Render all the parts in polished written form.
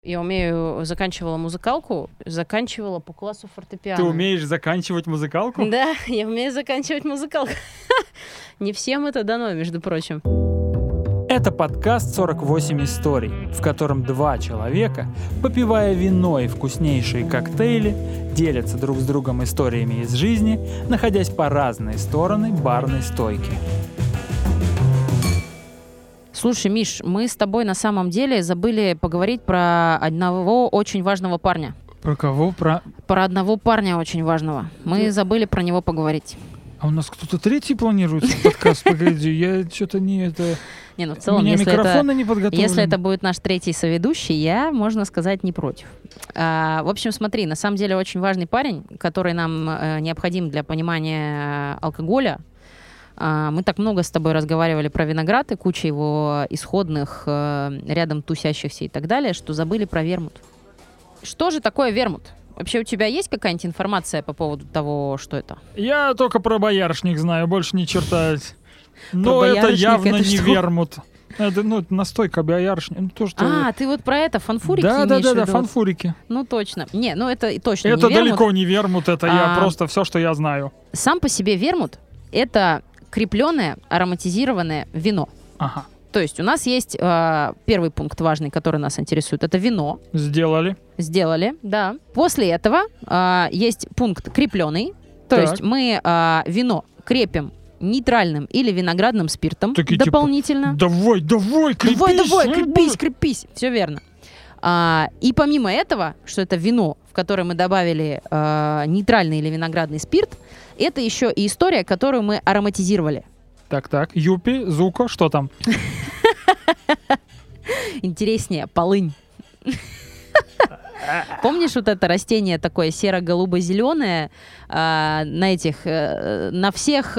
Я заканчивала музыкалку, заканчивала по классу фортепиано. Ты умеешь заканчивать музыкалку? Да, я умею заканчивать музыкалку. Не всем это дано, между прочим. Это подкаст «48 историй», в котором два человека, попивая вино и вкуснейшие коктейли, делятся друг с другом историями из жизни, находясь по разные стороны барной стойки. Слушай, Миш, мы с тобой на самом деле забыли поговорить про одного очень важного парня. Про кого? Про одного парня очень важного. Мы забыли про него поговорить. А у нас кто-то третий планируется подкаст? Погоди, я что-то не это... Не, ну в целом, у меня микрофоны не подготовлены. Если это будет наш третий соведущий, я, можно сказать, не против. В общем, смотри, на самом деле очень важный парень, который нам необходим для понимания алкоголя. Мы так много с тобой разговаривали про виноград и куча его исходных, рядом тусящихся и так далее, что забыли про вермут. Что же такое вермут? Вообще у тебя есть какая-нибудь информация по поводу того, что это? Я только про боярышник знаю, больше ни черта. Но это явно не вермут. Это, настойка боярышника. Ты вот про это, фанфурики имеешь в виду? Да, фанфурики. Ну, точно. Это точно не вермут. Это далеко не вермут, это я просто все, что я знаю. Сам по себе вермут — это крепленное ароматизированное вино. Ага. То есть у нас есть первый пункт важный, который нас интересует. Это вино. Сделали, да. После этого есть пункт крепленый. То есть мы вино крепим нейтральным или виноградным спиртом дополнительно. Давай, крепись. Все верно. И помимо этого, что это вино, в которое мы добавили нейтральный или виноградный спирт, это еще и история, которую мы ароматизировали. Так. Юпи, Зуко, что там? Интереснее, полынь. Помнишь вот это растение такое серо-голубо-зеленое на всех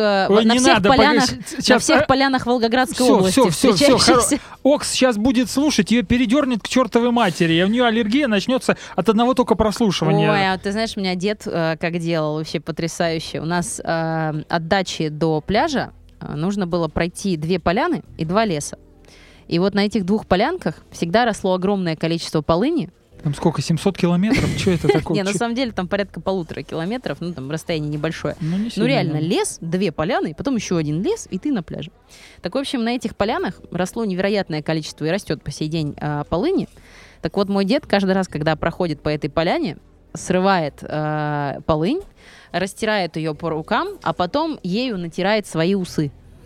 полянах Волгоградской области? Все. Окс сейчас будет слушать, ее передернет к чертовой матери, и у нее аллергия начнется от одного только прослушивания. Ой, ты знаешь, у меня дед как делал, вообще потрясающе. У нас от дачи до пляжа нужно было пройти 2 поляны и 2 леса. И вот на этих 2 полянках всегда росло огромное количество полыни. Там сколько, 700 километров? Что это такое? Не, на самом деле там порядка 1,5 километров, там расстояние небольшое. Реально, лес, 2 поляны, и потом еще 1 лес, и ты на пляже. Так, в общем, на этих полянах росло невероятное количество и растет по сей день полыни. Так вот, мой дед каждый раз, когда проходит по этой поляне, срывает полынь, растирает ее по рукам, а потом ею натирает свои усы.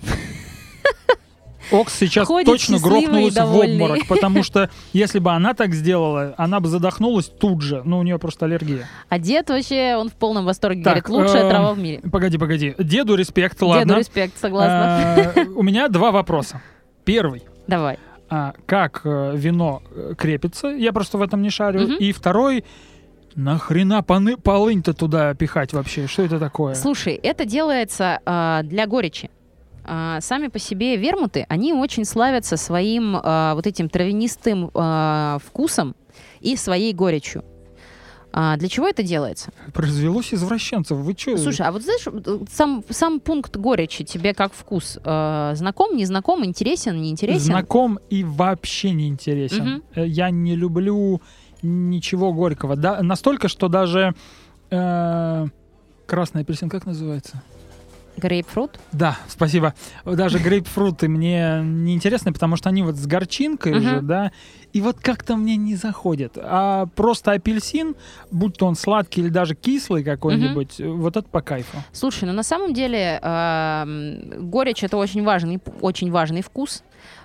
Окс сейчас точно грохнулась в обморок, потому что если бы она так сделала, она бы задохнулась тут же. У нее просто аллергия. А дед вообще, он в полном восторге, говорит, лучшая трава в мире. Погоди. Деду респект, ладно. Деду респект, согласна. У меня 2 вопроса. Первый. Давай. Как вино крепится? Я просто в этом не шарю. И второй. Нахрена полынь-то туда пихать вообще? Что это такое? Слушай, это делается для горечи. Сами по себе вермуты, они очень славятся своим вот этим травянистым вкусом и своей горечью. Для чего это делается? Развелось извращенцев. Вы что? Слушай, а вот знаешь, сам пункт горечи тебе как вкус знаком, не знаком, интересен, не интересен? Знаком и вообще не интересен. Я не люблю ничего горького. Да, настолько, что даже красный апельсин, как называется? Грейпфрут? Да, спасибо. Даже грейпфруты мне не интересны, потому что они вот с горчинкой же, да, и вот как-то мне не заходят. А просто апельсин, будь то он сладкий или даже кислый какой-нибудь, вот это по кайфу. Слушай, на самом деле горечь — это очень важный вкус.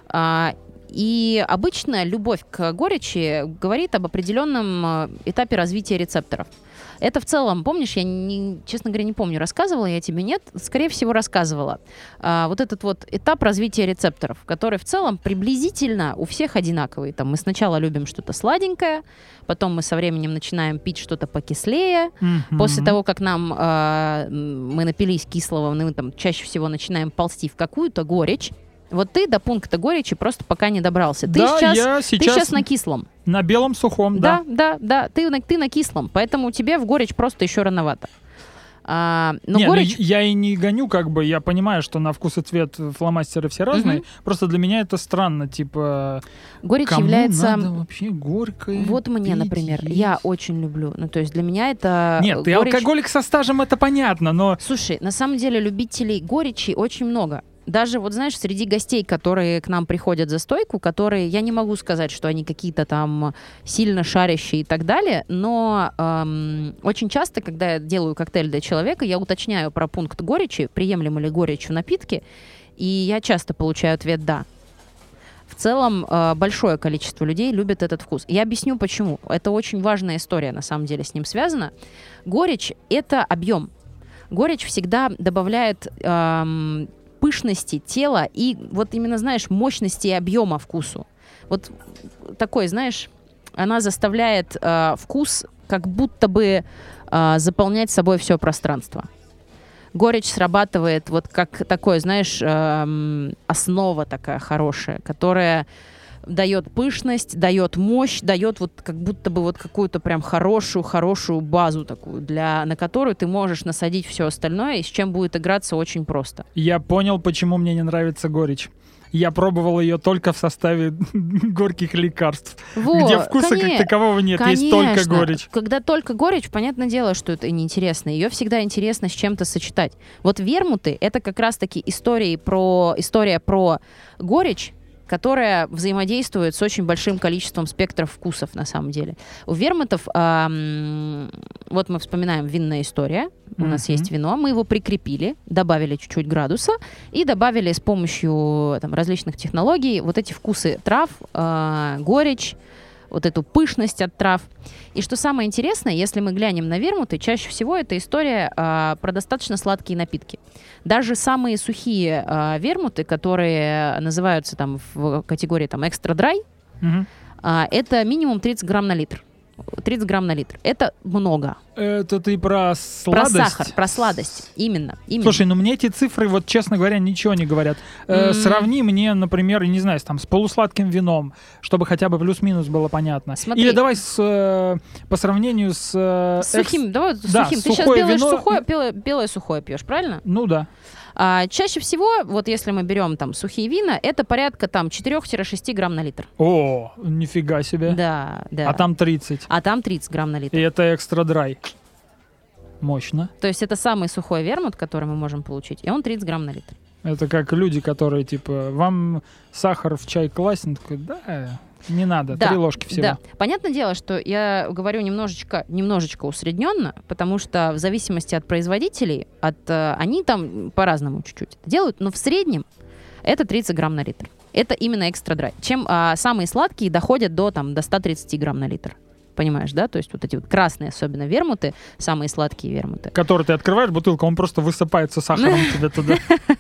И обычно любовь к горечи говорит об определенном этапе развития рецепторов. Это в целом, помнишь, честно говоря, не помню, рассказывала я тебе, нет? Скорее всего, рассказывала. Вот этот вот этап развития рецепторов, который в целом приблизительно у всех одинаковый. Там мы сначала любим что-то сладенькое, потом мы со временем начинаем пить что-то покислее. После того, как мы напились кислого, мы там чаще всего начинаем ползти в какую-то горечь. Вот ты до пункта горечи просто пока не добрался. Да, ты сейчас на кислом. На белом сухом, да. Да. Ты на кислом, поэтому тебе в горечь просто еще рановато. Горечь... я и не гоню, как бы, я понимаю, что на вкус и цвет фломастеры все разные, просто для меня это странно, типа, горечь кому является... надо вообще горькое Вот мне, например, есть? я очень люблю, то есть для меня это... Нет, ты алкоголик со стажем, это понятно, но... Слушай, на самом деле любителей горечи очень много. Даже, вот знаешь, среди гостей, которые к нам приходят за стойку, которые, я не могу сказать, что они какие-то там сильно шарящие и так далее, но очень часто, когда я делаю коктейль для человека, я уточняю про пункт горечи, приемлема ли горечь в напитке, и я часто получаю ответ «да». В целом, большое количество людей любят этот вкус. Я объясню, почему. Это очень важная история, на самом деле, с ним связана. Горечь — это объем. Горечь всегда добавляет... пышности тела и вот именно, знаешь, мощности и объема вкусу. Вот такой, знаешь, она заставляет вкус как будто бы заполнять собой все пространство. Горечь срабатывает вот как такое, знаешь, основа такая хорошая, которая дает пышность, дает мощь, дает вот как будто бы вот какую-то прям хорошую базу такую, на которую ты можешь насадить все остальное, и с чем будет играться очень просто. Я понял, почему мне не нравится горечь. Я пробовал ее только в составе горьких лекарств, где вкуса как такового нет, есть только горечь. Когда только горечь, понятное дело, что это неинтересно. Ее всегда интересно с чем-то сочетать. Вот вермуты — это как раз-таки история про горечь, которая взаимодействует с очень большим количеством спектров вкусов, на самом деле. У вермутов, вот мы вспоминаем винная история, у нас есть вино, мы его прикрепили, добавили чуть-чуть градуса и добавили с помощью различных технологий вот эти вкусы трав, горечь, вот эту пышность от трав. И что самое интересное, если мы глянем на вермуты, чаще всего это история про достаточно сладкие напитки. Даже самые сухие вермуты, которые называются там в категории там экстра драй, это минимум 30 грамм на литр. 30 грамм на литр. Это много. Это ты про сладость? Про сахар, про сладость. Именно. Слушай, ну мне эти цифры, вот честно говоря, ничего не говорят. Сравни мне, например, не знаю, там, с полусладким вином, чтобы хотя бы плюс-минус было понятно. Смотри. Или давай по сравнению с... сухим, давай да, сухим. Ты сейчас белое сухое пьешь, правильно? Ну да. Чаще всего, вот если мы берем там сухие вина, это порядка там 4-6 грамм на литр. О, нифига себе. Да. А там 30. А там 30 грамм на литр. И это экстра драй. Мощно. То есть это самый сухой вермут, который мы можем получить, и он 30 грамм на литр. Это как люди, которые типа, вам сахар в чай классный? Такой, да, не надо, 3 ложки всего. Да. Понятное дело, что я говорю немножечко усредненно, потому что в зависимости от производителей, они там по-разному чуть-чуть это делают, но в среднем это 30 грамм на литр. Это именно экстра драй. Чем самые сладкие доходят до 130 грамм на литр. Понимаешь, да? То есть вот эти вот красные, особенно вермуты, самые сладкие вермуты. Которые ты открываешь бутылку, он просто высыпается сахаром тебе туда.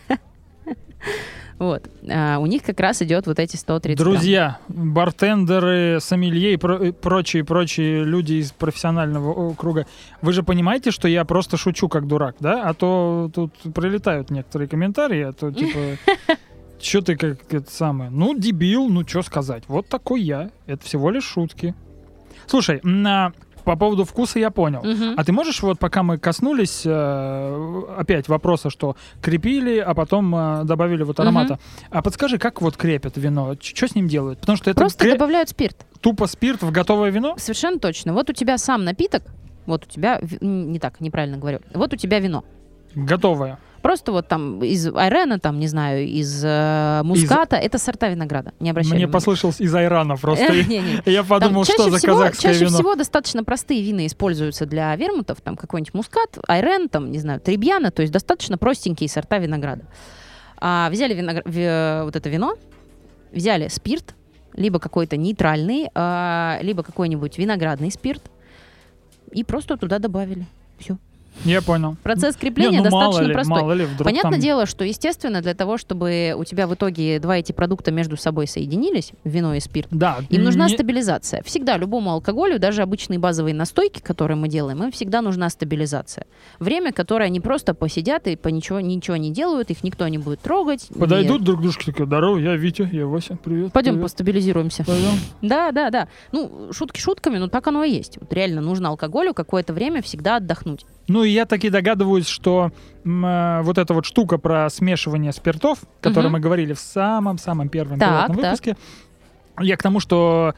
Вот. У них как раз идет вот эти 130 Друзья, бартендеры, сомелье и прочие люди из профессионального круга, вы же понимаете, что я просто шучу как дурак, да? А то тут прилетают некоторые комментарии, а то типа... Чё ты как это самое? Ну, дебил, ну чё сказать. Вот такой я. Это всего лишь шутки. Слушай, по поводу вкуса я понял. А ты можешь, вот пока мы коснулись опять вопроса, что крепили, а потом добавили вот аромата. А подскажи, как вот крепят вино? Что с ним делают? Потому что это просто добавляют спирт. Тупо спирт в готовое вино? Совершенно точно. Вот у тебя сам напиток, вот у тебя, неправильно говорю, вот у тебя вино. Готовое. Просто вот там из айрена, там, не знаю, из муската. Это сорта винограда. Не обращай внимания. Мне послышалось из айрана просто. Я подумал, что за казахское вино. Чаще всего достаточно простые вина используются для вермутов. Там какой-нибудь мускат, айрен, там, не знаю, требьяна. То есть достаточно простенькие сорта винограда. Взяли вот это вино, взяли спирт, либо какой-то нейтральный, либо какой-нибудь виноградный спирт, и просто туда добавили. Все. Я понял. Процесс крепления достаточно простой. Мало ли, вдруг Понятное там... дело, что, естественно, для того, чтобы у тебя в итоге два эти продукта между собой соединились, вино и спирт, им нужна стабилизация. Всегда любому алкоголю, даже обычные базовые настойки, которые мы делаем, им всегда нужна стабилизация. Время, которое они просто посидят и ничего не делают, их никто не будет трогать. Подойдут друг к дружке, такие: здорово, я Витя, я Вася, привет. Пойдем привет. постабилизируемся. Пойдем. Да. Ну, шутки шутками, но так оно и есть. Вот реально нужно алкоголю какое-то время всегда отдохнуть. Ну я таки догадываюсь, что вот эта вот штука про смешивание спиртов, о которой мы говорили в самом-самом первом пилотном выпуске, я к тому, что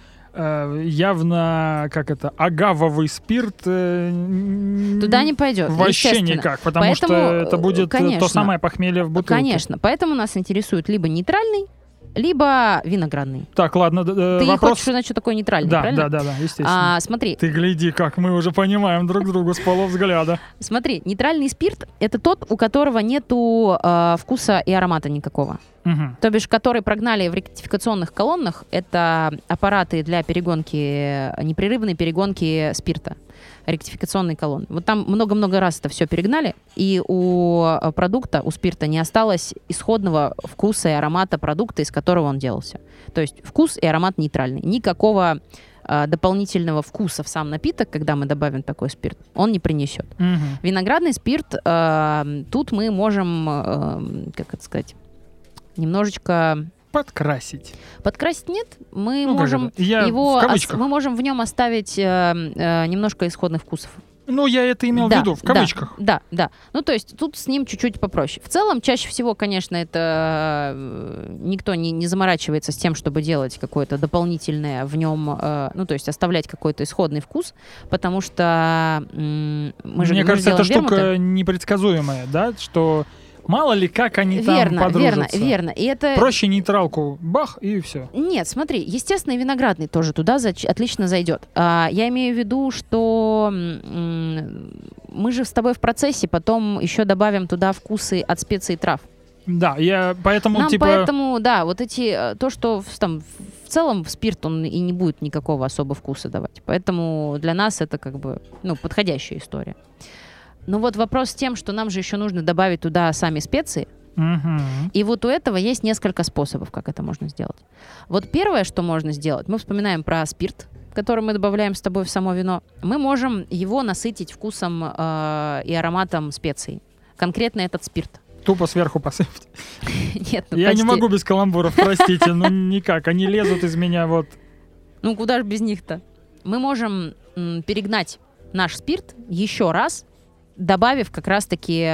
явно, агавовый спирт туда не пойдет. Вообще никак, потому что это будет то самое похмелье в бутылке. Конечно, поэтому нас интересует либо нейтральный, либо виноградный. Так, ладно, Ты вопрос... хочешь узнать, что такое нейтральный, да, правильно? Да, естественно. Смотри. Ты гляди, как мы уже понимаем друг друга с полувзгляда. Смотри, нейтральный спирт — это тот, у которого нету вкуса и аромата никакого. Угу. То бишь, которые прогнали в ректификационных колоннах, это аппараты для перегонки, непрерывной перегонки спирта. Ректификационные колонны. Вот там много-много раз это все перегнали, и у продукта, у спирта не осталось исходного вкуса и аромата продукта, из которого он делался. То есть вкус и аромат нейтральный. Никакого дополнительного вкуса в сам напиток, когда мы добавим такой спирт, он не принесет. Угу. Виноградный спирт, тут мы можем, немножечко... Подкрасить. Подкрасить нет. Мы можем мы можем в нем оставить немножко исходных вкусов. Ну, я это имел в виду, в кавычках. Да. Ну, то есть тут с ним чуть-чуть попроще. В целом, чаще всего, конечно, это никто не заморачивается с тем, чтобы делать какое-то дополнительное в нем, то есть оставлять какой-то исходный вкус, потому что Мне кажется, эта штука непредсказуемая, да, что... Мало ли, как они там подружатся. Верно. И это... Проще нейтралку, бах, и все. Нет, смотри, естественно, виноградный тоже туда отлично зайдет. Я имею в виду, что мы же с тобой в процессе потом еще добавим туда вкусы от специй и трав. Да, поэтому вот эти, то, что там в целом в спирт он и не будет никакого особого вкуса давать. Поэтому для нас это подходящая история. Но вот вопрос с тем, что нам же еще нужно добавить туда сами специи. И вот у этого есть несколько способов, как это можно сделать. Вот первое, что можно сделать, мы вспоминаем про спирт, который мы добавляем с тобой в само вино. Мы можем его насытить вкусом и ароматом специй. Конкретно этот спирт. Тупо сверху посыпать. Нет, я почти. Не могу без каламбуров, простите, никак. Они лезут из меня вот. Ну куда же без них-то? Мы можем перегнать наш спирт еще раз, добавив как раз-таки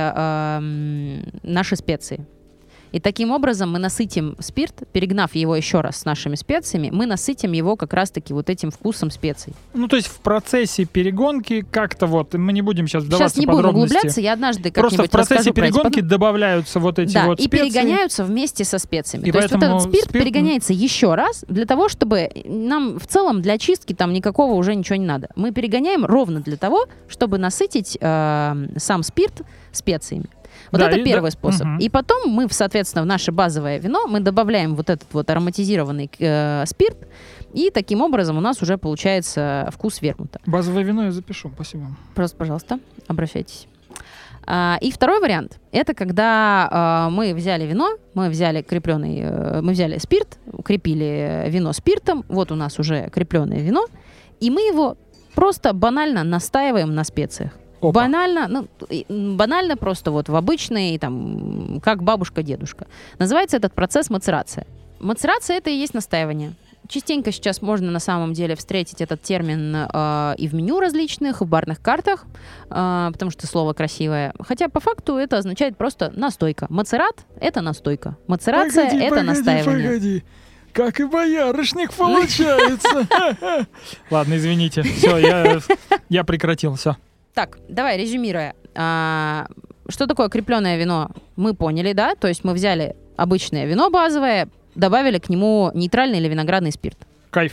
наши специи. И таким образом мы насытим спирт, перегнав его еще раз с нашими специями, мы насытим его как раз-таки вот этим вкусом специй. Ну, то есть в процессе перегонки как-то мы не будем сейчас вдаваться в подробности. Сейчас не будем углубляться, я однажды как-нибудь просто в процессе перегонки добавляются вот эти вот специи. И перегоняются вместе со специями. И то есть вот этот спирт перегоняется еще раз для того, чтобы нам в целом для очистки там никакого уже ничего не надо. Мы перегоняем ровно для того, чтобы насытить сам спирт специями. Вот это первый способ. И потом мы, соответственно, в наше базовое вино мы добавляем вот этот вот ароматизированный спирт, и таким образом у нас уже получается вкус вермута. Базовое вино я запишу, спасибо. Просто, пожалуйста, обращайтесь. И второй вариант — это когда мы взяли вино, мы взяли спирт, укрепили вино спиртом, вот у нас уже крепленное вино, и мы его просто банально настаиваем на специях. Опа. Банально просто в обычной, как бабушка-дедушка. Называется этот процесс мацерация. Мацерация — это и есть настаивание. Частенько сейчас можно на самом деле встретить этот термин и в меню различных, и в барных картах, потому что слово красивое. Хотя по факту это означает просто настойка. Мацерат — это настойка. Мацерация — это настаивание. Погоди. Как и боярышник получается. Ладно, извините. Все, я прекратил, все. Так, давай, резюмируя. Что такое крепленное вино? Мы поняли, да? То есть мы взяли обычное вино базовое, добавили к нему нейтральный или виноградный спирт. Кайф.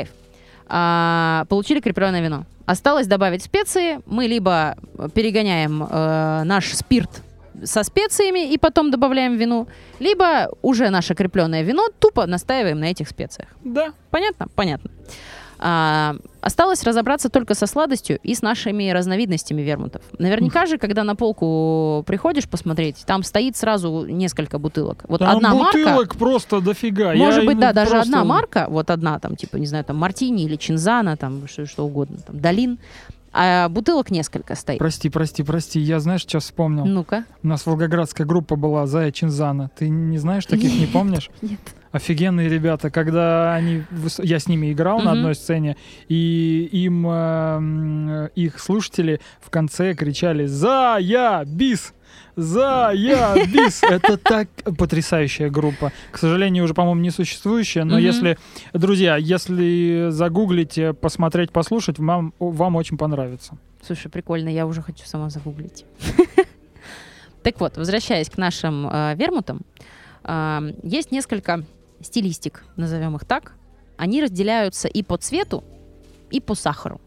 Получили крепленное вино. Осталось добавить специи. Мы либо перегоняем наш спирт со специями и потом добавляем вину, либо уже наше крепленное вино тупо настаиваем на этих специях. Да. Понятно? Понятно. Осталось разобраться только со сладостью и с нашими разновидностями вермутов. Наверняка же, когда на полку приходишь посмотреть, там стоит сразу несколько бутылок. Вот там одна бутылок марка, просто дофига. Может быть, да, даже одна марка, вот одна, Мартини или Чинзана, что угодно, Долин. А бутылок несколько стоит. Прости, я, знаешь, сейчас вспомнил. Ну-ка. У нас волгоградская группа была Зая Чинзана. Ты не знаешь таких, не помнишь? Нет. Офигенные ребята, когда я с ними играл на одной сцене, и их слушатели в конце кричали «За-я-бис! За-я-бис!» Это так потрясающая группа. К сожалению, уже, по-моему, не существующая, но друзья, если загуглите, посмотреть, послушать, вам очень понравится. Слушай, прикольно, я уже хочу сама загуглить. Так вот, возвращаясь к нашим вермутам, есть несколько стилистик, назовем их так. Они разделяются и по цвету, и по сахару.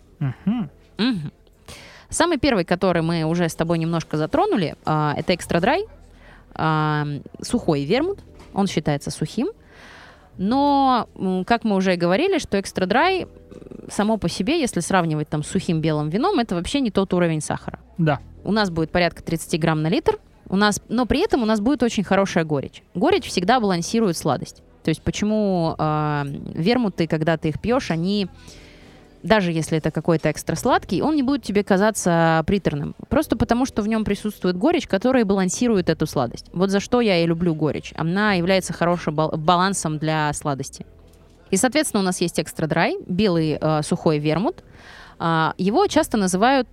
Самый первый, который мы уже с тобой немножко затронули, это Extra Dry, сухой вермут. Он считается сухим. Но, как мы уже и говорили, что Extra Dry само по себе, если сравнивать там с сухим белым вином, это вообще не тот уровень сахара. Да. У нас будет порядка 30 грамм на литр. Но при этом у нас будет очень хорошая горечь. Горечь всегда балансирует сладость. То есть почему вермуты, когда ты их пьешь, они, даже если это какой-то экстра сладкий, он не будет тебе казаться приторным. Просто потому, что в нем присутствует горечь, которая балансирует эту сладость. Вот за что я и люблю горечь. Она является хорошим балансом для сладости. И, соответственно, у нас есть Extra Dry, белый сухой вермут. Его часто называют...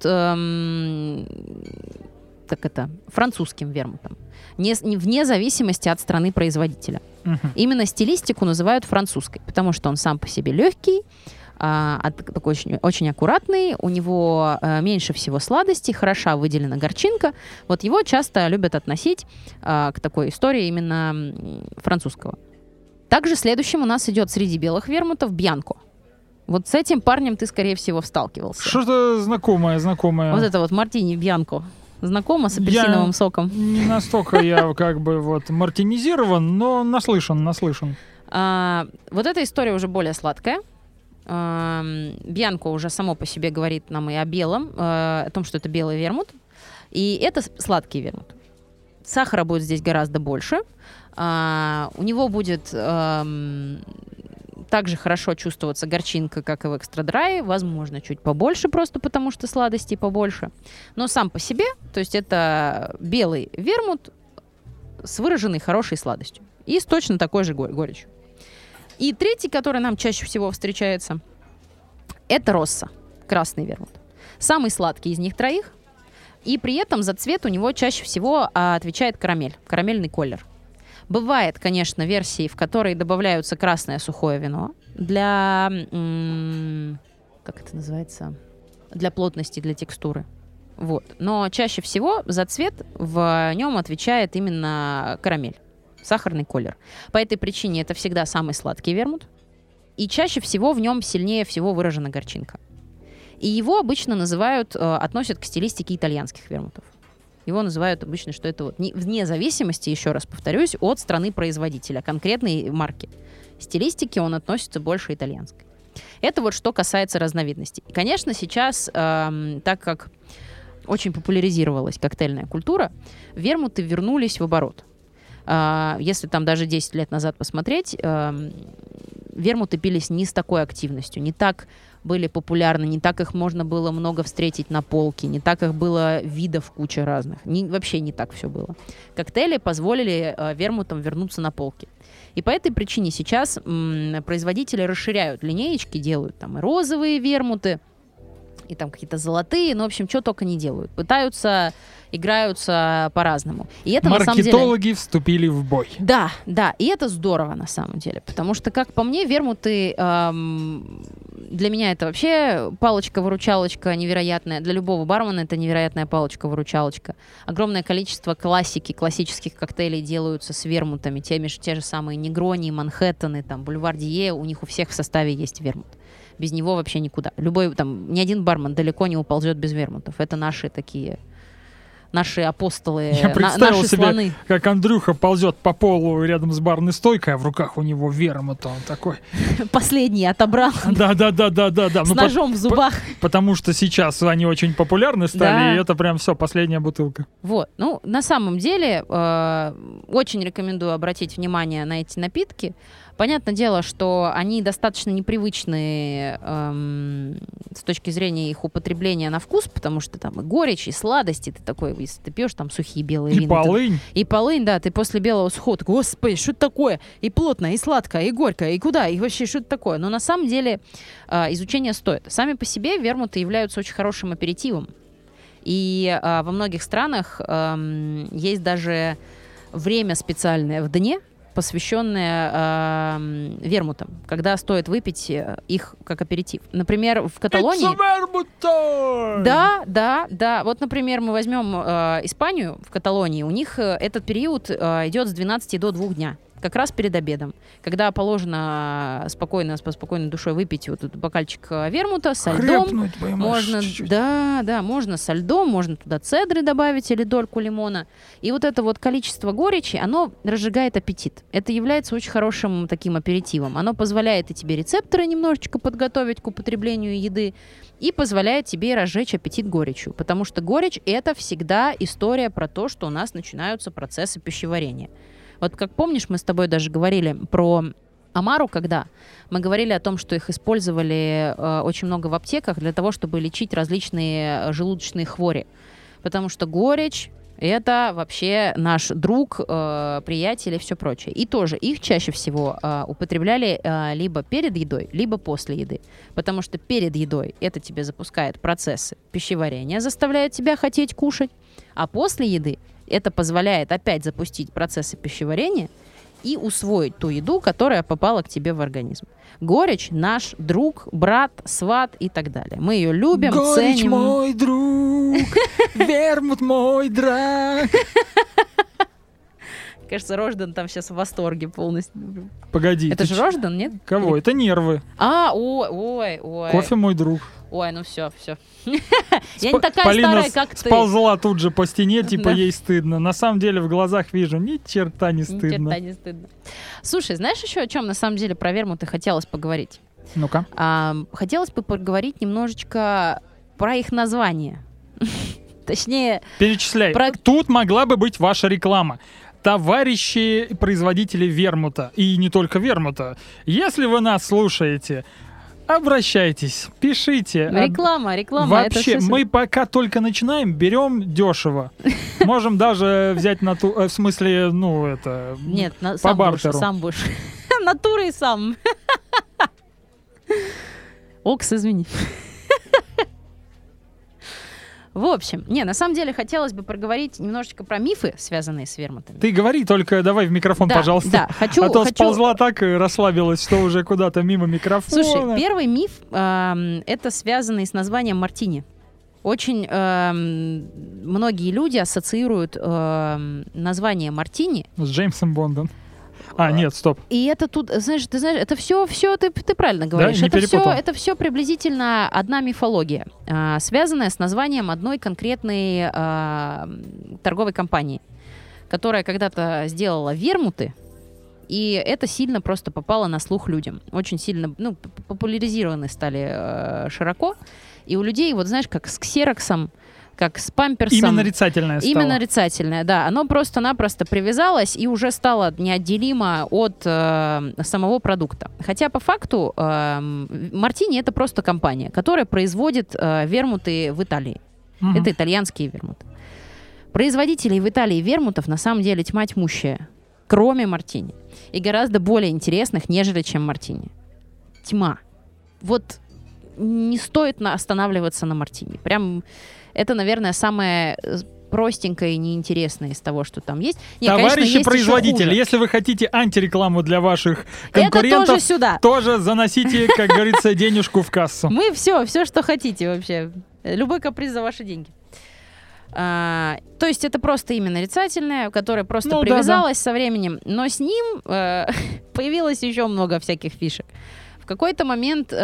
французским вермутом, вне зависимости от страны производителя. Именно стилистику называют французской, потому что он сам по себе легкий, такой очень, очень аккуратный, у него меньше всего сладости, хороша выделена горчинка. Вот его часто любят относить к такой истории именно французского. Также следующим у нас идет среди белых вермутов Бьянко. Вот с этим парнем ты, скорее всего, сталкивался. Что-то знакомое. Вот это вот мартини Бьянко. Знакомо с апельсиновым соком? Не настолько я мартинизирован, но наслышан. Вот эта история уже более сладкая. Бьянко уже само по себе говорит нам и о белом, о том, что это белый вермут. И это сладкий вермут. Сахара будет здесь гораздо больше. У него будет также хорошо чувствоваться горчинка, как и в Extra Dry, возможно, чуть побольше, просто потому что сладостей побольше. Но сам по себе, то есть это белый вермут с выраженной хорошей сладостью и с точно такой же горечью. И третий, который нам чаще всего встречается, это Росса, красный вермут. Самый сладкий из них троих, и при этом за цвет у него чаще всего отвечает карамель, карамельный колер. Бывает, конечно, версии, в которые добавляются красное сухое вино для, как это называется, для плотности, для текстуры. Вот. Но чаще всего за цвет в нем отвечает именно карамель, сахарный колер. По этой причине это всегда самый сладкий вермут. И чаще всего в нем сильнее всего выражена горчинка. И его обычно относят к стилистике итальянских вермутов. Его называют обычно, что это вне зависимости, еще раз повторюсь, от страны производителя, конкретной марки. Стилистики он относится больше итальянской. Это вот что касается разновидностей. И, конечно, сейчас, так как очень популяризировалась коктейльная культура, вермуты вернулись в оборот. Если там даже 10 лет назад посмотреть, вермуты пились не с такой активностью, не так были популярны, не так их можно было много встретить на полке, не так их было видов куча разных. Вообще не так все было. Коктейли позволили вермутам вернуться на полки. И по этой причине сейчас производители расширяют линеечки, делают там и розовые вермуты, и там какие-то золотые, в общем, что только не делают. Пытаются, играются по-разному. И это, маркетологи на самом деле, вступили в бой. Да, и это здорово на самом деле, потому что, как по мне, вермуты для меня это вообще палочка-выручалочка невероятная. Для любого бармена это невероятная палочка-выручалочка. Огромное количество классических коктейлей делаются с вермутами. Те же самые Негрони, Манхэттены, там, Бульвардье, у них у всех в составе есть вермут. Без него вообще никуда. Ни один бармен далеко не уползет без вермутов. Это наши апостолы, Я представил наши себе, слоны. как Андрюха ползет по полу рядом с барной стойкой, а в руках у него вермут, он такой... Последний отобрал. Да. С ножом в зубах. Потому что сейчас они очень популярны стали, и это прям все, последняя бутылка. Вот. На самом деле, очень рекомендую обратить внимание на эти напитки. Понятное дело, что они достаточно непривычны с точки зрения их употребления на вкус, потому что там и горечь, и сладости. Ты такой, если ты пьешь там сухие белые вина. И полынь. И полынь, да, ты после белого сухого такой, господи, что это такое? И плотное, и сладкое, и горькое, и куда? И вообще, что это такое? Но на самом деле изучение стоит. Сами по себе вермуты являются очень хорошим аперитивом. И во многих странах есть даже время специальное в дне, посвященное вермутам, когда стоит выпить их как аперитив. Например, в Каталонии... Да. Вот, например, мы возьмем Испанию в Каталонии. У них этот период идет с 12 до 2 дня. Как раз перед обедом, когда положено с спокойной душой выпить вот этот бокальчик вермута со льдом. Можно, чуть-чуть. Да, можно со льдом, можно туда цедры добавить или дольку лимона. И вот это вот количество горечи, оно разжигает аппетит. Это является очень хорошим таким аперитивом. Оно позволяет и тебе рецепторы немножечко подготовить к употреблению еды и позволяет тебе разжечь аппетит горечью. Потому что горечь — это всегда история про то, что у нас начинаются процессы пищеварения. Вот как помнишь, мы с тобой даже говорили про омару, когда мы говорили о том, что их использовали очень много в аптеках для того, чтобы лечить различные желудочные хвори. Потому что горечь — это вообще наш друг, приятель и все прочее. И тоже их чаще всего употребляли либо перед едой, либо после еды. Потому что перед едой это тебе запускает процессы пищеварения, заставляет тебя хотеть кушать, а после еды это позволяет опять запустить процессы пищеварения и усвоить ту еду, которая попала к тебе в организм. Горечь — наш друг, брат, сват и так далее. Мы ее любим, горечь ценим. Мой друг, вермут мой драг. Кажется, Рожден там сейчас в восторге полностью. Погоди. Это же Рожден, нет? Кого? Это нервы. Ой. Кофе мой друг. Ой, ну все. Я не такая Полина старая, как ты. Сползла тут же по стене, типа ей стыдно. На самом деле в глазах вижу, ни черта не стыдно. Ни черта не стыдно. Слушай, знаешь еще о чем на самом деле про вермуты хотелось поговорить? Ну-ка. Хотелось бы поговорить немножечко про их название. Точнее... Перечисляй. Тут могла бы быть ваша реклама. Товарищи производители вермута, и не только вермута, если вы нас слушаете, обращайтесь, пишите. Реклама. Вообще, мы пока только начинаем, берем дешево. Можем даже взять в смысле, нет, по бартеру. Сам будешь. Натурой сам. Окс, извини. В общем, на самом деле хотелось бы проговорить немножечко про мифы, связанные с вермутами. Ты говори, только давай в микрофон, пожалуйста. Да, хочу. А то сползла так и расслабилась, что уже куда-то мимо микрофона. Слушай, первый миф это связанный с названием мартини. Очень многие люди ассоциируют название мартини с Джеймсом Бондом. Нет, стоп. И это тут, знаешь, это все ты правильно говоришь. Да, это все приблизительно одна мифология, связанная с названием одной конкретной торговой компании, которая когда-то сделала вермуты, и это сильно просто попало на слух людям. Очень сильно, популяризированы стали широко. И у людей, вот знаешь, как с ксероксом, как с памперсом. Именно нарицательное стало. Именно нарицательное, да. Оно просто-напросто привязалось и уже стало неотделимо от самого продукта. Хотя по факту Мартини — это просто компания, которая производит вермуты в Италии. Угу. Это итальянские вермуты. Производителей в Италии вермутов на самом деле тьма тьмущая, кроме Мартини. И гораздо более интересных, нежели чем Мартини. Тьма. Вот не стоит останавливаться на Мартини. Прям это, наверное, самое простенькое и неинтересное из того, что там есть. Товарищи производители, если вы хотите антирекламу для ваших конкурентов, это тоже сюда. Тоже заносите, как говорится, денежку в кассу. Мы все, что хотите вообще. Любой каприз за ваши деньги. То есть это просто имя нарицательное, которое просто привязалось со временем, но с ним появилось еще много всяких фишек. В какой-то момент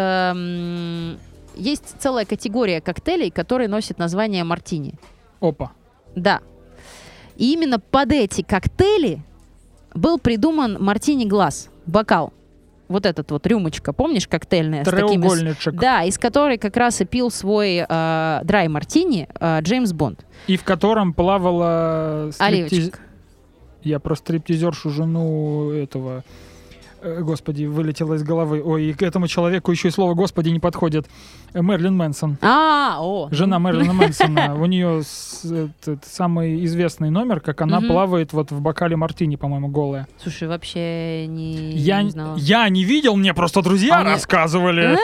есть целая категория коктейлей, которые носят название мартини. Опа. Да. И именно под эти коктейли был придуман мартини-глаз, бокал. Вот этот вот рюмочка, помнишь, коктейльная? Треугольничек. Да, из которой как раз и пил свой драй-мартини Джеймс Бонд. И в котором плавала оливочка. Я про стриптизершу жену этого Господи, вылетело из головы. Ой, и к этому человеку еще и слово «Господи» не подходит. Мэрилин Мэнсон. Жена Мэрилина Мэнсона. У нее самый известный номер, как она плавает вот в бокале мартини, по-моему, голая. Слушай, вообще не знала. Я не видел, мне просто друзья рассказывали.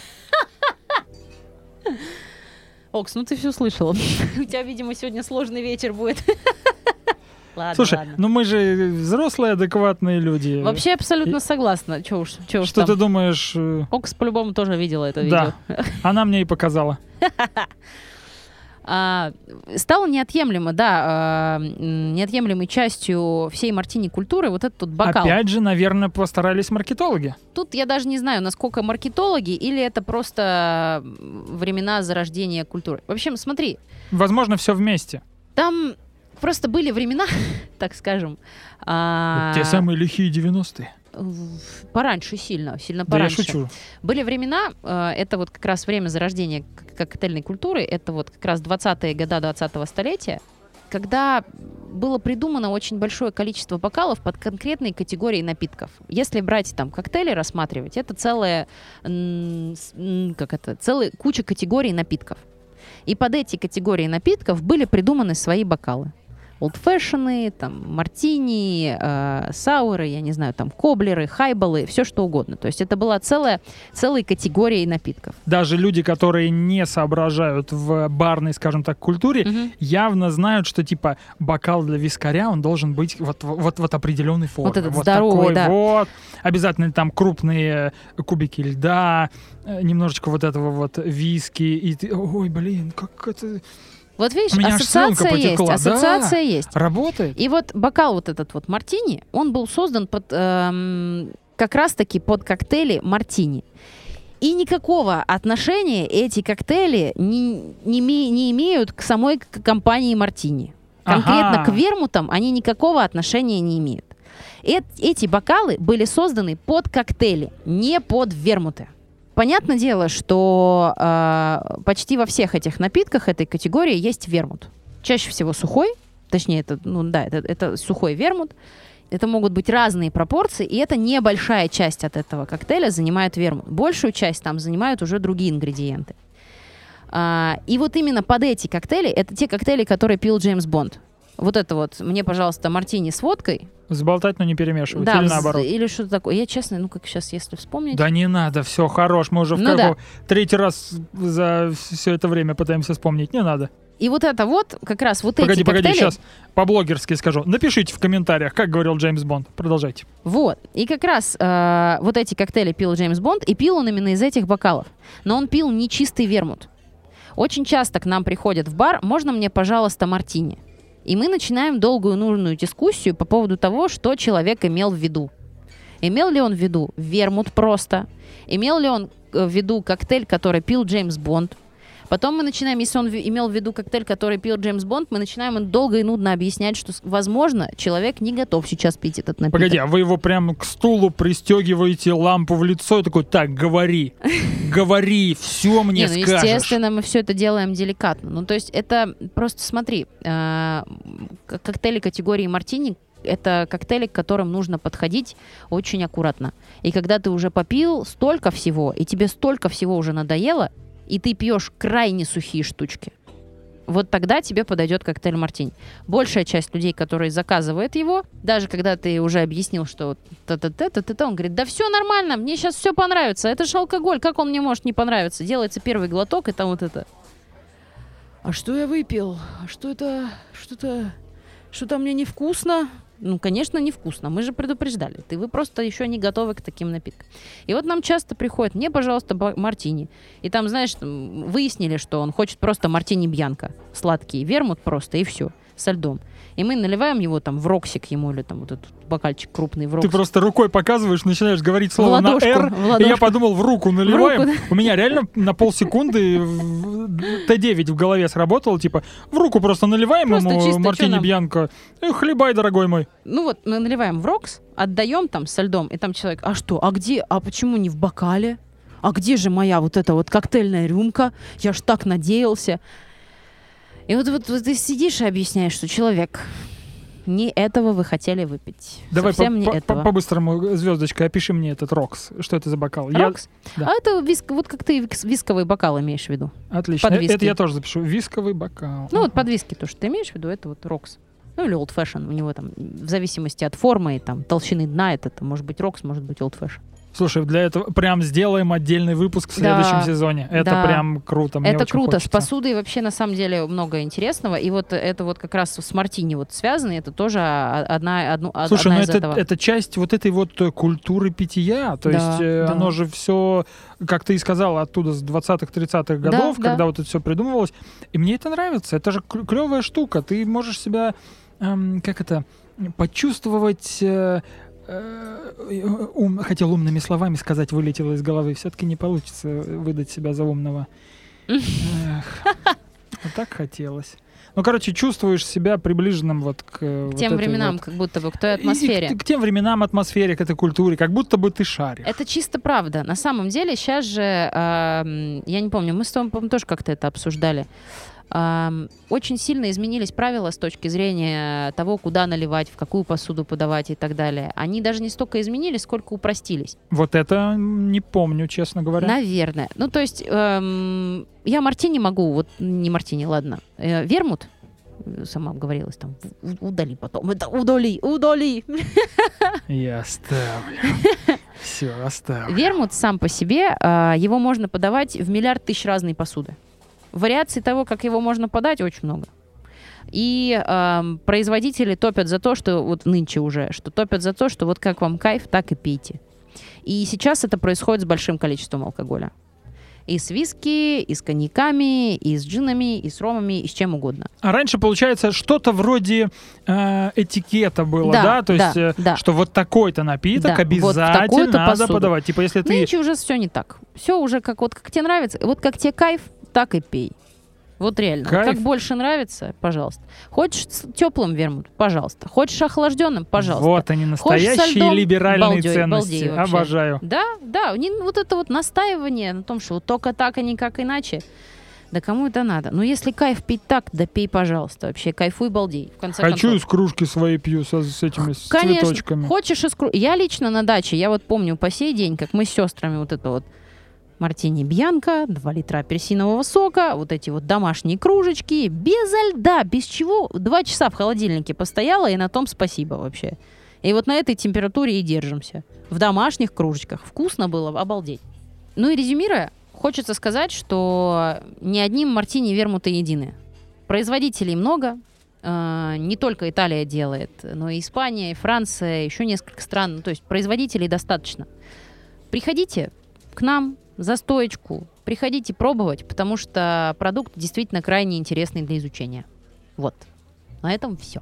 Окс, ну ты все слышала. У тебя, видимо, сегодня сложный вечер будет. Ладно, слушай, ладно. ну мы же взрослые, адекватные люди. Вообще абсолютно согласна. Чё уж что там. Ты думаешь... Окс по-любому тоже видела это видео. Да, она мне и показала. Стало неотъемлемой частью всей мартини-культуры вот этот бокал. Опять же, наверное, постарались маркетологи. Тут я даже не знаю, насколько маркетологи или это просто времена зарождения культуры. В общем, смотри. Возможно, все вместе. Там просто были времена, так скажем. Те самые лихие 90-е. Пораньше, сильно Да пораньше. Я шучу. Были времена, это вот как раз время зарождения коктейльной культуры, это вот как раз 20-е годы 20-го столетия, когда было придумано очень большое количество бокалов под конкретные категории напитков. Если брать там коктейли, рассматривать, это целая куча категорий напитков. И под эти категории напитков были придуманы свои бокалы. Олдфэшены, там, мартини, сауры, я не знаю, там, коблеры, хайболы, все что угодно. То есть это была целая категория напитков. Даже люди, которые не соображают в барной, скажем так, культуре, явно знают, что, типа, бокал для вискаря, он должен быть вот определенной формы. Вот этот здоровый, такой, да. Вот. Обязательно там крупные кубики льда, немножечко вот этого вот виски. И ты, ой, блин, как это... Вот видишь, ассоциация есть. Работает. И вот бокал вот этот вот мартини, он был создан под как раз-таки под коктейли мартини. И никакого отношения эти коктейли не имеют к самой компании мартини. Конкретно к вермутам они никакого отношения не имеют. Эти бокалы были созданы под коктейли, не под вермуты. Понятное дело, что почти во всех этих напитках этой категории есть вермут. Чаще всего сухой, точнее, это сухой вермут. Это могут быть разные пропорции, и это небольшая часть от этого коктейля занимает вермут. Большую часть там занимают уже другие ингредиенты. И вот именно под эти коктейли, это те коктейли, которые пил Джеймс Бонд. Вот это вот, мне, пожалуйста, мартини с водкой. Сболтать, но не перемешивать, да, или наоборот. Или что-то такое. Я, честно, как сейчас, если вспомнить... Да не надо, все, хорош. Мы уже третий раз за все это время пытаемся вспомнить. Не надо. И вот это вот, как раз вот эти коктейли... Погоди, сейчас по-блогерски скажу. Напишите в комментариях, как говорил Джеймс Бонд. Продолжайте. Вот. И как раз вот эти коктейли пил Джеймс Бонд, и пил он именно из этих бокалов. Но он пил не чистый вермут. Очень часто к нам приходят в бар: можно мне, пожалуйста, мартини? И мы начинаем долгую нудную дискуссию по поводу того, что человек имел в виду. Имел ли он в виду вермут просто? Имел ли он в виду коктейль, который пил Джеймс Бонд? Потом мы начинаем, если он имел в виду коктейль, который пил Джеймс Бонд, мы начинаем долго и нудно объяснять, что, возможно, человек не готов сейчас пить этот напиток. Погоди, а вы его прям к стулу пристегиваете, лампу в лицо и такой: так, говори, все мне скажешь. Естественно, мы все это делаем деликатно. Ну, то есть это просто, смотри, коктейли категории мартини — это коктейли, к которым нужно подходить очень аккуратно. И когда ты уже попил столько всего, и тебе столько всего уже надоело, и ты пьешь крайне сухие штучки, вот тогда тебе подойдет коктейль мартини. Большая часть людей, которые заказывают его, даже когда ты уже объяснил, что он говорит: да все нормально, мне сейчас все понравится, это же алкоголь, как он мне может не понравиться? Делается первый глоток, и там вот это: а что я выпил? А что это? Что-то мне невкусно. Ну, конечно, невкусно. Мы же предупреждали. Вы просто еще не готовы к таким напиткам. И вот нам часто приходят: мне, пожалуйста, мартини. И там, знаешь, выяснили, что он хочет просто мартини бьянко. Сладкий вермут просто, и все. Со льдом. И мы наливаем его там в роксик ему, или там вот этот бокальчик крупный в роксик. Ты просто рукой показываешь, начинаешь говорить слово на «Р», и я подумал, в руку наливаем. В руку, да. У меня реально на полсекунды Т9 в голове сработало, типа, в руку просто наливаем просто ему чисто, мартини бьянко. Хлебай, дорогой мой. Ну вот, мы наливаем в рокс, отдаем там со льдом, и там человек: а что, а где, а почему не в бокале? А где же моя вот эта вот коктейльная рюмка? Я ж так надеялся. И вот ты сидишь и объясняешь, что человек, Не этого вы хотели выпить. Давай Совсем не этого. по-быстрому, звездочкой, опиши мне этот Рокс. Что это за бокал? Рокс? Да. А это вот как ты висковый бокал имеешь в виду. Отлично. Под виски. Это я тоже запишу. Висковый бокал. Ну, вот под виски то, что ты имеешь в виду, это вот Рокс. Ну, или Old Fashion. У него там, в зависимости от формы и там толщины дна, это может быть Рокс, может быть Old Fashion. Слушай, для этого прям сделаем отдельный выпуск в следующем сезоне. Это прям круто. Мне это очень круто. хочется. С посудой вообще на самом деле много интересного. И вот это вот как раз с мартини вот связано. Это тоже одна Слушай, одна ну из этого. это часть вот этой вот культуры питья. То есть оно же все, как ты и сказала, оттуда с 20-30-х годов, когда вот это все придумывалось. И мне это нравится. Это же клевая штука. Ты можешь себя, почувствовать... хотел умными словами сказать, вылетело из головы. Все-таки не получится выдать себя за умного. Вот так хотелось. Ну, короче, чувствуешь себя приближенным вот к тем вот временам, вот, как будто бы к той атмосфере. К тем временам, атмосфере, к этой культуре, как будто бы ты шаришь. Это чисто правда. На самом деле, сейчас же, я не помню, мы с тобой, по-моему, тоже как-то это обсуждали. Очень сильно изменились правила с точки зрения того, куда наливать, в какую посуду подавать и так далее. Они даже не столько изменились, сколько упростились. Вот это не помню, честно говоря. Наверное. Ну, то есть я мартини могу, вот не мартини, ладно. Вермут, сама обговорилась там, удали потом. Это удали. Я оставлю. Все, оставлю. Вермут сам по себе, его можно подавать в миллиард тысяч разной посуды. Вариаций того, как его можно подать, очень много. И производители топят за то, что вот нынче уже, что топят за то, что вот как вам кайф, так и пейте. И сейчас это происходит с большим количеством алкоголя. И с виски, и с коньяками, и с джинами, и с ромами, и с чем угодно. А раньше, получается, что-то вроде этикета было, да? То есть, что вот такой-то напиток обязательно вот надо подавать. Типа, если ты... Нынче уже все не так. Все уже как тебе нравится. Вот как тебе кайф, так и пей. Вот реально. Вот как больше нравится, пожалуйста. Хочешь с теплым вермут? Пожалуйста. Хочешь охлажденным? Пожалуйста. Вот они, настоящие либеральные ценности. Обожаю. Да. Вот это вот настаивание на том, что вот только так, а никак иначе. Да кому это надо? Ну, если кайф пить так, да пей, пожалуйста. Вообще, кайфуй, балдей. В конце концов. Из кружки своей пью с этими цветочками. Хочешь из кружки. Я лично на даче, я вот помню по сей день, как мы с сестрами вот это вот мартини Бьянка, 2 литра апельсинового сока, вот эти вот домашние кружечки, без льда, без чего. 2 часа в холодильнике постояла, и на том спасибо вообще. И вот на этой температуре и держимся. В домашних кружечках. Вкусно было, обалдеть. Ну и резюмируя, хочется сказать, что ни одним мартини вермуты едины. Производителей много. Не только Италия делает, но и Испания, и Франция, еще несколько стран. То есть производителей достаточно. Приходите к нам за стоечку. Приходите пробовать, потому что продукт действительно крайне интересный для изучения. Вот. На этом все.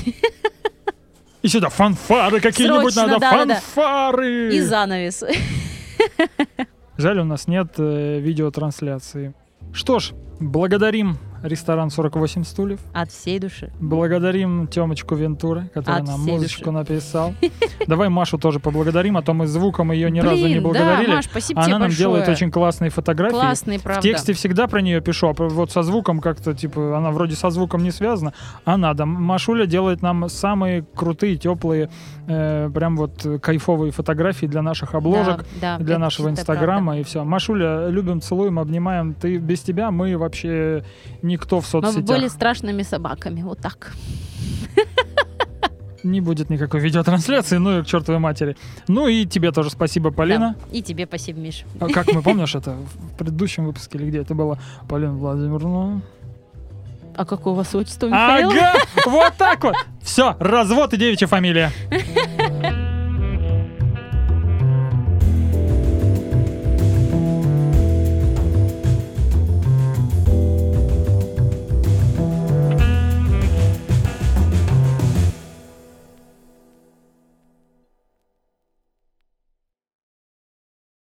И сюда фанфары какие-нибудь надо. Фанфары! И занавес. Жаль, у нас нет видеотрансляции. Что ж, благодарим ресторан 48 стульев. От всей души. Благодарим Тёмочку Вентура, который нам музычку написал. Давай Машу тоже поблагодарим, а то мы звуком ее ни разу не благодарили. Да, Маш, спасибо Она тебе нам большое. делает очень классные фотографии. Классные, правда. В тексте всегда про нее пишу, а вот со звуком как-то, типа, она вроде со звуком не связана, а надо. Машуля делает нам самые крутые, теплые, прям вот кайфовые фотографии для наших обложек, для нашего Инстаграма, правда. И все. Машуля, любим, целуем, обнимаем. Ты без тебя мы вообще никто в соцсетях. Мы были страшными собаками, вот так. Не будет никакой видеотрансляции, ну и к чертовой матери. Ну и тебе тоже спасибо, Полина. Да. И тебе спасибо, Миш. А как мы, помнишь, это в предыдущем выпуске или где это было? Полина Владимировна. А какое у вас отчество, Михаил? Ага, вот так вот. Все, развод и девичья фамилия.